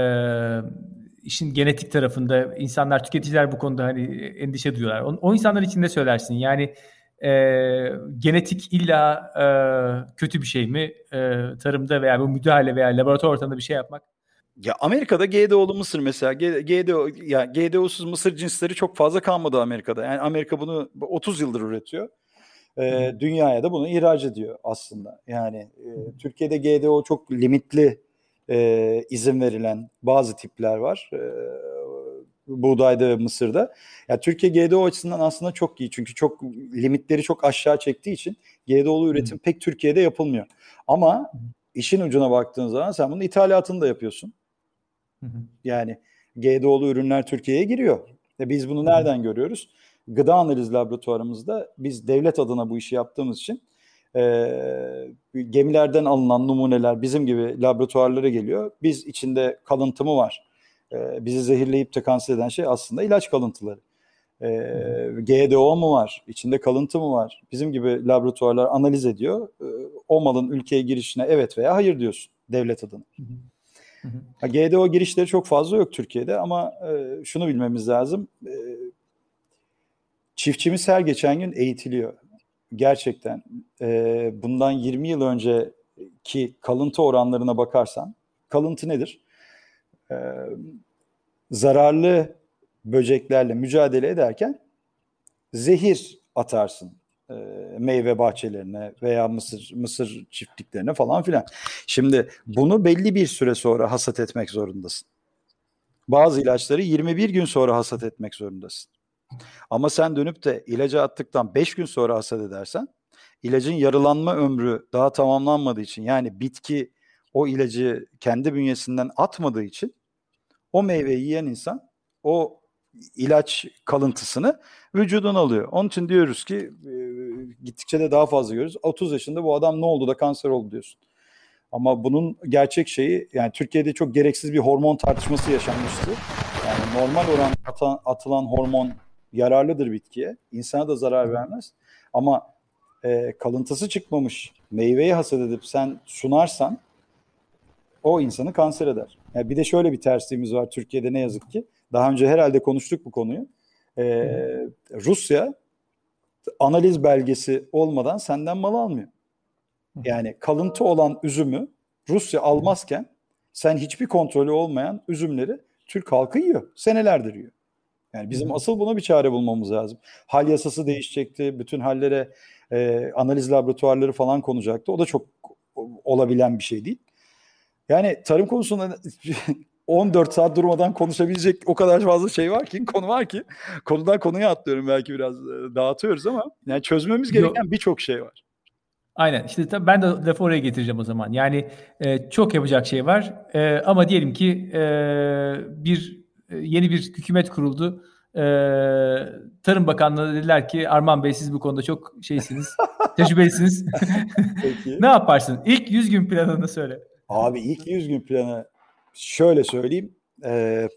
işin genetik tarafında insanlar, tüketiciler bu konuda hani endişe duyuyorlar. O, o insanlar için ne söylersin? Yani e, genetik illa e, kötü bir şey mi? E, tarımda veya bu müdahale veya laboratuvar ortamında bir şey yapmak? Ya Amerika'da G D O'lu mısır mesela, G D O ya G D O'suz mısır cinsleri çok fazla kalmadı Amerika'da. Yani Amerika bunu otuz yıldır üretiyor. Ee, dünyaya da bunu ihraç ediyor aslında. Yani e, Türkiye'de G D O çok limitli e, izin verilen bazı tipler var. E, buğdayda ve mısırda. Ya Türkiye G D O açısından aslında çok iyi. Çünkü çok limitleri çok aşağı çektiği için G D O'lu üretim pek Türkiye'de yapılmıyor. Ama işin ucuna baktığın zaman sen bunun ithalatını da yapıyorsun. Yani G D O'lu ürünler Türkiye'ye giriyor. E biz bunu nereden görüyoruz? Gıda analiz laboratuvarımızda biz devlet adına bu işi yaptığımız için e, gemilerden alınan numuneler bizim gibi laboratuvarlara geliyor. Biz içinde kalıntı mı var? E, bizi zehirleyip de kanser eden şey aslında ilaç kalıntıları. E, G D O mu var? İçinde kalıntı mı var? Bizim gibi laboratuvarlar analiz ediyor. E, o malın ülkeye girişine evet veya hayır diyorsun devlet adına. Hı hı. G D O girişleri çok fazla yok Türkiye'de ama e, şunu bilmemiz lazım. E, çiftçimiz her geçen gün eğitiliyor. Gerçekten e, bundan yirmi yıl önceki kalıntı oranlarına bakarsan, kalıntı nedir? e, zararlı böceklerle mücadele ederken zehir atarsın e, meyve bahçelerine veya mısır mısır çiftliklerine falan filan. Şimdi bunu belli bir süre sonra hasat etmek zorundasın. Bazı ilaçları yirmi bir gün sonra hasat etmek zorundasın. Ama sen dönüp de ilacı attıktan beş gün sonra hasat edersen ilacın yarılanma ömrü daha tamamlanmadığı için, yani bitki o ilacı kendi bünyesinden atmadığı için o meyveyi yiyen insan o ilaç kalıntısını vücuduna alıyor. Onun için diyoruz ki e, gittikçe de daha fazla görüyoruz. otuz yaşında bu adam ne oldu da kanser oldu diyorsun. Ama bunun gerçek şeyi, yani Türkiye'de çok gereksiz bir hormon tartışması yaşanmıştı. Yani normal oran atan, atılan hormon yararlıdır bitkiye. İnsana da zarar vermez. Ama e, kalıntısı çıkmamış meyveyi hasat edip sen sunarsan o insanı kanser eder. Yani bir de şöyle bir tersliğimiz var Türkiye'de ne yazık ki. Daha önce herhalde konuştuk bu konuyu. Ee, Rusya analiz belgesi olmadan senden mal almıyor. Yani kalıntı olan üzümü Rusya almazken sen hiçbir kontrolü olmayan üzümleri Türk halkı yiyor. Senelerdir yiyor. Yani bizim asıl buna bir çare bulmamız lazım. Hal yasası değişecekti. Bütün hallere e, analiz laboratuvarları falan konacaktı. O da çok olabilen bir şey değil. Yani tarım konusunda on dört saat durmadan konuşabilecek o kadar fazla şey var ki, konu var ki. Konudan konuya atlıyorum, belki biraz dağıtıyoruz ama yani çözmemiz gereken birçok şey var. Aynen, işte tabii ben de lafı oraya getireceğim o zaman. Yani e, çok yapacak şey var e, ama diyelim ki e, bir e, yeni bir hükümet kuruldu. E, Tarım Bakanlığı'na dediler ki Arman Bey siz bu konuda çok şeysiniz, tecrübelisiniz. Peki. Ne yaparsın? İlk yüz gün planını söyle. Abi ilk yüz gün planı şöyle söyleyeyim. Ee,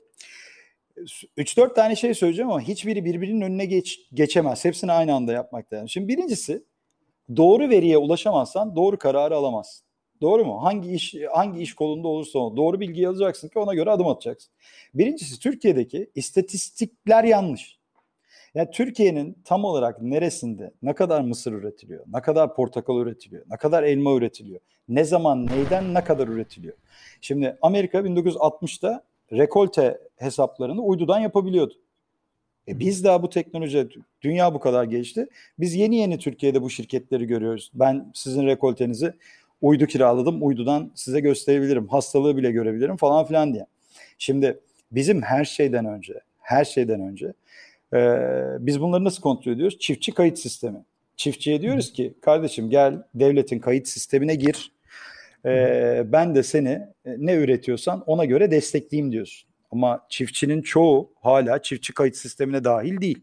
üç dört tane şey söyleyeceğim ama hiçbiri birbirinin önüne geç, geçemez. Hepsini aynı anda yapmak lazım. Şimdi birincisi, doğru veriye ulaşamazsan doğru kararı alamazsın. Doğru mu? Hangi iş hangi iş kolunda olursa ol, doğru bilgiyi alacaksın ki ona göre adım atacaksın. Birincisi, Türkiye'deki istatistikler yanlış. Yani Türkiye'nin tam olarak neresinde ne kadar mısır üretiliyor, ne kadar portakal üretiliyor, ne kadar elma üretiliyor, ne zaman neyden ne kadar üretiliyor. Şimdi Amerika bin dokuz yüz altmışta rekolte hesaplarını uydudan yapabiliyordu. E biz daha bu teknoloji, dünya bu kadar geçti. Biz yeni yeni Türkiye'de bu şirketleri görüyoruz. Ben sizin rekoltenizi uydu kiraladım, uydudan size gösterebilirim, hastalığı bile görebilirim falan filan diye. Şimdi bizim her şeyden önce, her şeyden önce Ee, biz bunları nasıl kontrol ediyoruz? Çiftçi kayıt sistemi. Çiftçiye diyoruz ki kardeşim gel devletin kayıt sistemine gir. Ee, ben de seni ne üretiyorsan ona göre destekleyeyim diyorsun. Ama çiftçinin çoğu hala çiftçi kayıt sistemine dahil değil.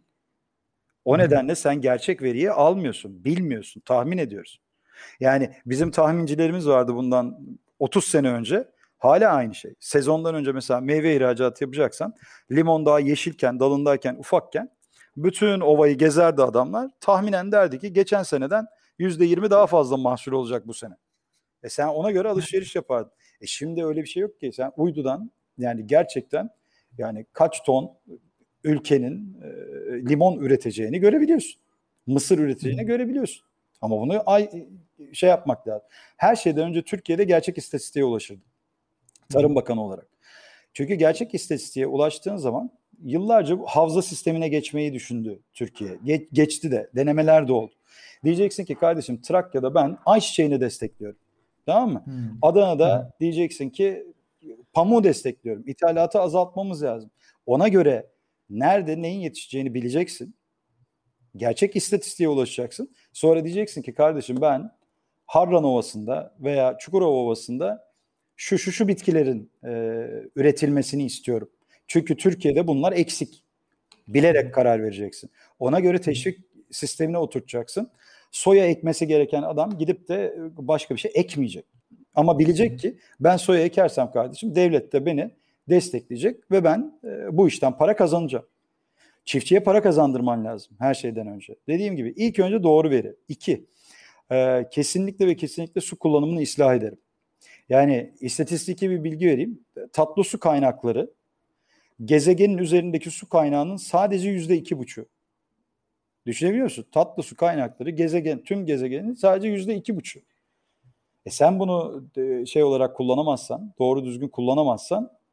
O nedenle sen gerçek veriyi almıyorsun, bilmiyorsun, tahmin ediyorsun. Yani bizim tahmincilerimiz vardı bundan otuz sene önce. Hala aynı şey. Sezondan önce mesela meyve ihracatı yapacaksan limon daha yeşilken, dalındayken, ufakken bütün ovayı gezerdi adamlar. Tahminen derdi ki geçen seneden yüzde yirmi daha fazla mahsul olacak bu sene. E sen ona göre alışveriş yapardın. E şimdi öyle bir şey yok ki. Sen uydudan, yani gerçekten yani kaç ton ülkenin e, limon üreteceğini görebiliyorsun. Mısır üreteceğini görebiliyorsun. Ama bunu ay, şey yapmak lazım. Her şeyden önce Türkiye'de gerçek istatistiğe ulaşırdı. Tarım Bakanı olarak. Çünkü gerçek istatistiğe ulaştığın zaman yıllarca havza sistemine geçmeyi düşündü Türkiye. Ge- geçti de, denemeler de oldu. Diyeceksin ki kardeşim Trakya'da ben ayçiçeğini destekliyorum. Tamam mı? Hmm. Adana'da hmm. diyeceksin ki pamuğu destekliyorum. İthalatı azaltmamız lazım. Ona göre nerede neyin yetişeceğini bileceksin. Gerçek istatistiğe ulaşacaksın. Sonra diyeceksin ki kardeşim ben Harran Ovası'nda veya Çukurova Ovası'nda şu şu şu bitkilerin e, üretilmesini istiyorum. Çünkü Türkiye'de bunlar eksik. Bilerek karar vereceksin. Ona göre teşvik sistemine oturtacaksın. Soya ekmesi gereken adam gidip de başka bir şey ekmeyecek. Ama bilecek ki ben soya ekersem kardeşim devlet de beni destekleyecek ve ben e, bu işten para kazanacağım. Çiftçiye para kazandırman lazım her şeyden önce. Dediğim gibi ilk önce doğru veri. İki, e, kesinlikle ve kesinlikle su kullanımını ıslah ederim. Yani istatistiki bir bilgi vereyim. Tatlı su kaynakları gezegenin üzerindeki su kaynağının sadece yüzde iki buçuğu. Düşünebiliyor musun? Tatlı su kaynakları gezegen, tüm gezegenin sadece yüzde iki buçuğu. E sen bunu şey olarak kullanamazsan, doğru düzgün kullanamazsan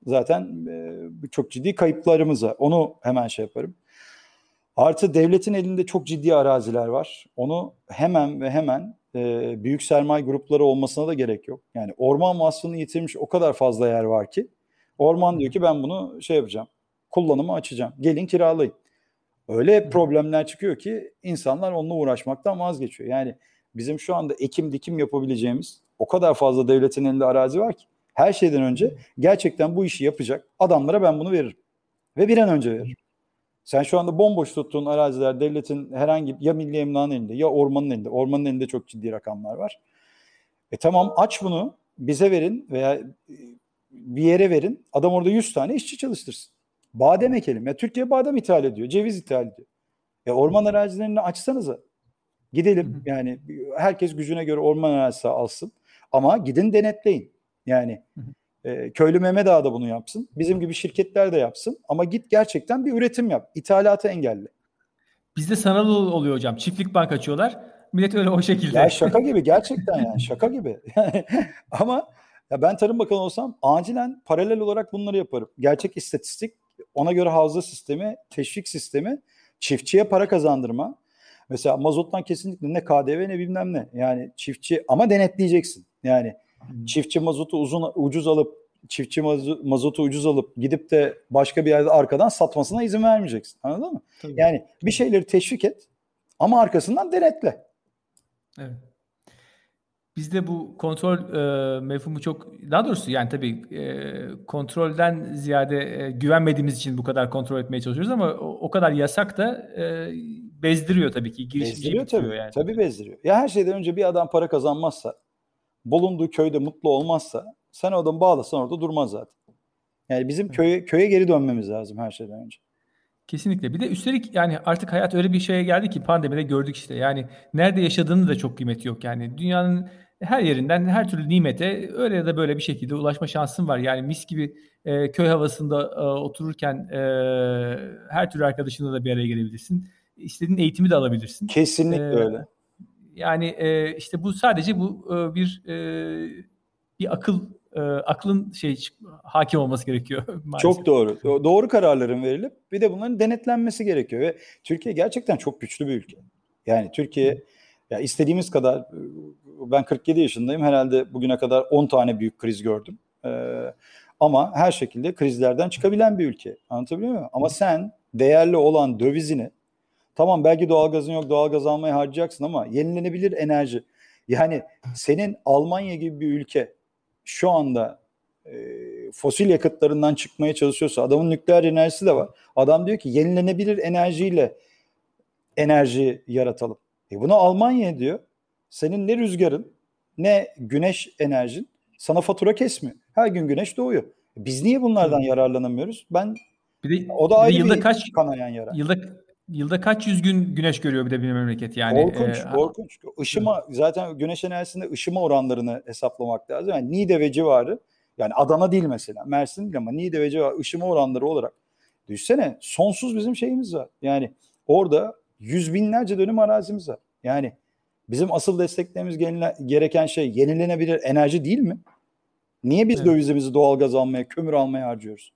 zaten e, çok ciddi kayıplarımız var. Onu hemen şey yaparım. Artı devletin elinde çok ciddi araziler var. Onu hemen ve hemen e, büyük sermaye grupları olmasına da gerek yok. Yani orman vasfını yitirmiş o kadar fazla yer var ki. Orman diyor ki ben bunu şey yapacağım. Kullanımı açacağım. Gelin kiralayın. Öyle problemler çıkıyor ki insanlar onunla uğraşmaktan vazgeçiyor. Yani bizim şu anda ekim dikim yapabileceğimiz o kadar fazla devletin elinde arazi var ki. Her şeyden önce gerçekten bu işi yapacak adamlara ben bunu veririm. Ve bir an önce veririm. Sen şu anda bomboş tuttuğun araziler devletin herhangi ya Milli Emlak'ın elinde ya ormanın elinde. Ormanın elinde çok ciddi rakamlar var. E tamam aç bunu bize verin veya bir yere verin. Adam orada yüz tane işçi çalıştırsın. Badem ekelim. Ya Türkiye badem ithal ediyor. Ceviz ithal ediyor. Ya orman arazilerini açsanıza. Gidelim yani herkes gücüne göre orman arazisi alsın. Ama gidin denetleyin. Yani e, Köylü Mehmet Ağa da bunu yapsın. Bizim gibi şirketler de yapsın. Ama git gerçekten bir üretim yap. İthalatı engelle. Bizde sanal oluyor hocam. Çiftlik bank açıyorlar. Millet öyle o şekilde. Ya şaka gibi gerçekten yani şaka gibi. Ama ya ben Tarım Bakanı olsam acilen paralel olarak bunları yaparım. Gerçek istatistik, ona göre havza sistemi, teşvik sistemi, çiftçiye para kazandırma. Mesela mazottan kesinlikle ne K D V ne bilmem ne. Yani çiftçi ama denetleyeceksin. Yani hmm. çiftçi mazotu uzun ucuz alıp çiftçi mazotu ucuz alıp gidip de başka bir yerde arkadan satmasına izin vermeyeceksin. Anladın mı? Tabii. Yani bir şeyleri teşvik et ama arkasından denetle. Evet. Bizde bu kontrol e, mefhumu çok, daha doğrusu yani tabii e, kontrolden ziyade e, güvenmediğimiz için bu kadar kontrol etmeye çalışıyoruz ama o, o kadar yasak da e, bezdiriyor tabii ki. Girişimciyi bezdiriyor tabii. Yani. Tabii bezdiriyor. Ya her şeyden önce bir adam para kazanmazsa, bulunduğu köyde mutlu olmazsa sen o adamı bağlasan orada durmaz zaten. Yani bizim köye köye geri dönmemiz lazım her şeyden önce. Kesinlikle. Bir de üstelik yani artık hayat öyle bir şeye geldi ki pandemide gördük işte. Yani nerede yaşadığını da çok kıymeti yok. Yani dünyanın her yerinden her türlü nimete öyle ya da böyle bir şekilde ulaşma şansın var. Yani mis gibi e, köy havasında e, otururken e, her türlü arkadaşınla da bir araya gelebilirsin. İstediğin eğitimi de alabilirsin. Kesinlikle E, öyle. Yani e, işte bu sadece bu e, bir e, bir akıl e, aklın şey hakim olması gerekiyor maalesef. Çok doğru. Doğru kararların verilip bir de bunların denetlenmesi gerekiyor ve Türkiye gerçekten çok güçlü bir ülke. Yani Türkiye ya istediğimiz kadar, ben kırk yedi yaşındayım, herhalde bugüne kadar on tane büyük kriz gördüm. Ee, ama her şekilde krizlerden çıkabilen bir ülke. Anlatabiliyor muyum? Ama sen değerli olan dövizini, tamam belki doğalgazın yok, doğalgaz almaya harcayacaksın ama yenilenebilir enerji. Yani senin Almanya gibi bir ülke şu anda e, fosil yakıtlarından çıkmaya çalışıyorsa, adamın nükleer enerjisi de var. Adam diyor ki yenilenebilir enerjiyle enerji yaratalım. E bunu Almanya diyor. Senin ne rüzgarın ne güneş enerjin sana fatura kesmiyor. Her gün güneş doğuyor. Biz niye bunlardan Hı. yararlanamıyoruz? Ben bir de, o da ayrı bir, yılda bir kaç, kanayan yara. Yılda yılda kaç yüz gün güneş görüyor bir de bir memleket yani. Korkunç, e, korkunç. Işıma, zaten güneş enerjisinde ışıma oranlarını hesaplamak lazım. Yani Niğde ve civarı, yani Adana değil mesela, Mersin değil ama Niğde ve civarı ışıma oranları olarak düşünsene, sonsuz bizim şeyimiz var. Yani orada yüz binlerce dönüm arazimiz var. Yani bizim asıl desteklememiz gereken şey yenilenebilir enerji değil mi? Niye biz evet. dövizimizi doğalgaz almaya, kömür almaya harcıyoruz?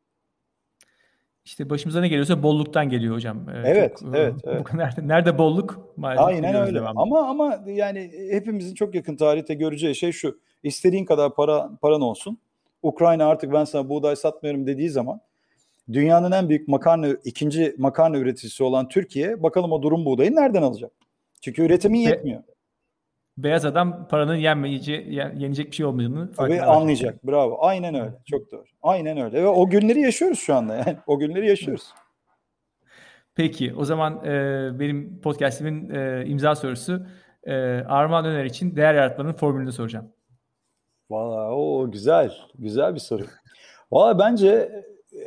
İşte başımıza ne geliyorsa bolluktan geliyor hocam. Ee, evet, çok, evet, evet. Bu, nerede, nerede bolluk? Aynen öyle. Devamlı. Ama ama yani hepimizin çok yakın tarihte göreceği şey şu: İstediğin kadar para paran olsun, Ukrayna artık ben sana buğday satmıyorum dediği zaman, dünyanın en büyük makarna, ikinci makarna üreticisi olan Türkiye, bakalım o durum buğdayı nereden alacak? Çünkü üretimin yetmiyor. Be- Beyaz adam paranın yenmeyeceği, yenecek bir şey olmadığını tabii anlayacak. Var. Bravo. Aynen öyle. Çok doğru. Aynen öyle. Ve o günleri yaşıyoruz şu anda yani. O günleri yaşıyoruz. Peki. O zaman e, benim podcastimin e, imza sorusu, e, Armağan Öner için değer yaratmanın formülünü soracağım. Valla o güzel. Güzel bir soru. Valla bence e,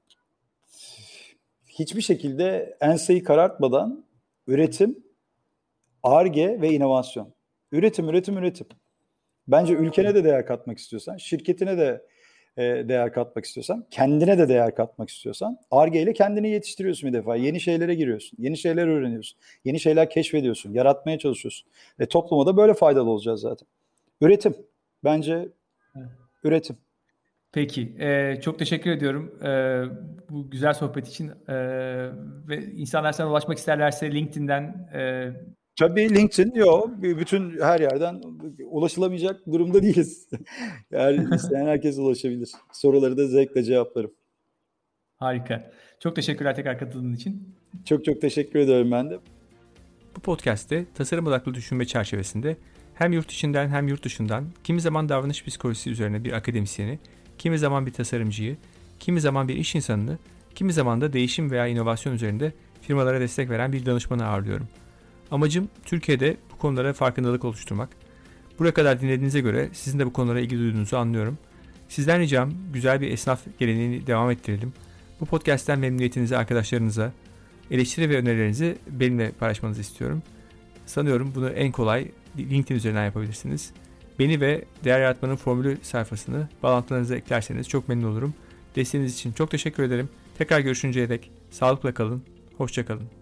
hiçbir şekilde enseyi karartmadan üretim, Ar-Ge ve inovasyon. Üretim, üretim, üretim. Bence ülkene de değer katmak istiyorsan, şirketine de e, değer katmak istiyorsan, kendine de değer katmak istiyorsan, Ar-Ge ile kendini yetiştiriyorsun bir defa. Yeni şeylere giriyorsun, yeni şeyler öğreniyorsun, yeni şeyler keşfediyorsun, yaratmaya çalışıyorsun. Ve topluma da böyle faydalı olacağız zaten. Üretim. Bence üretim. Peki. E, çok teşekkür ediyorum e, bu güzel sohbet için. E, ve insanlar sana ulaşmak isterlerse LinkedIn'den... E... Tabii LinkedIn, yok. Bütün her yerden ulaşılamayacak durumda değiliz. Yani isteyen herkes ulaşabilir. Soruları da zevkle cevaplarım. Harika. Çok teşekkürler tekrar katıldığın için. Çok çok teşekkür ederim ben de. Bu podcast'te tasarım odaklı düşünme çerçevesinde hem yurt içinden hem yurt dışından kimi zaman davranış psikolojisi üzerine bir akademisyeni, kimi zaman bir tasarımcıyı, kimi zaman bir iş insanını, kimi zaman da değişim veya inovasyon üzerinde firmalara destek veren bir danışmanı ağırlıyorum. Amacım Türkiye'de bu konulara farkındalık oluşturmak. Buraya kadar dinlediğinize göre sizin de bu konulara ilgi duyduğunuzu anlıyorum. Sizden ricam güzel bir esnaf geleneğini devam ettirelim. Bu podcast'ten memnuniyetinizi arkadaşlarınıza, eleştiri ve önerilerinizi benimle paylaşmanızı istiyorum. Sanıyorum bunu en kolay LinkedIn üzerinden yapabilirsiniz. Beni ve Değer Yaratmanın Formülü sayfasını bağlantılarınıza eklerseniz çok memnun olurum. Desteğiniz için çok teşekkür ederim. Tekrar görüşünceye dek sağlıkla kalın, hoşça kalın.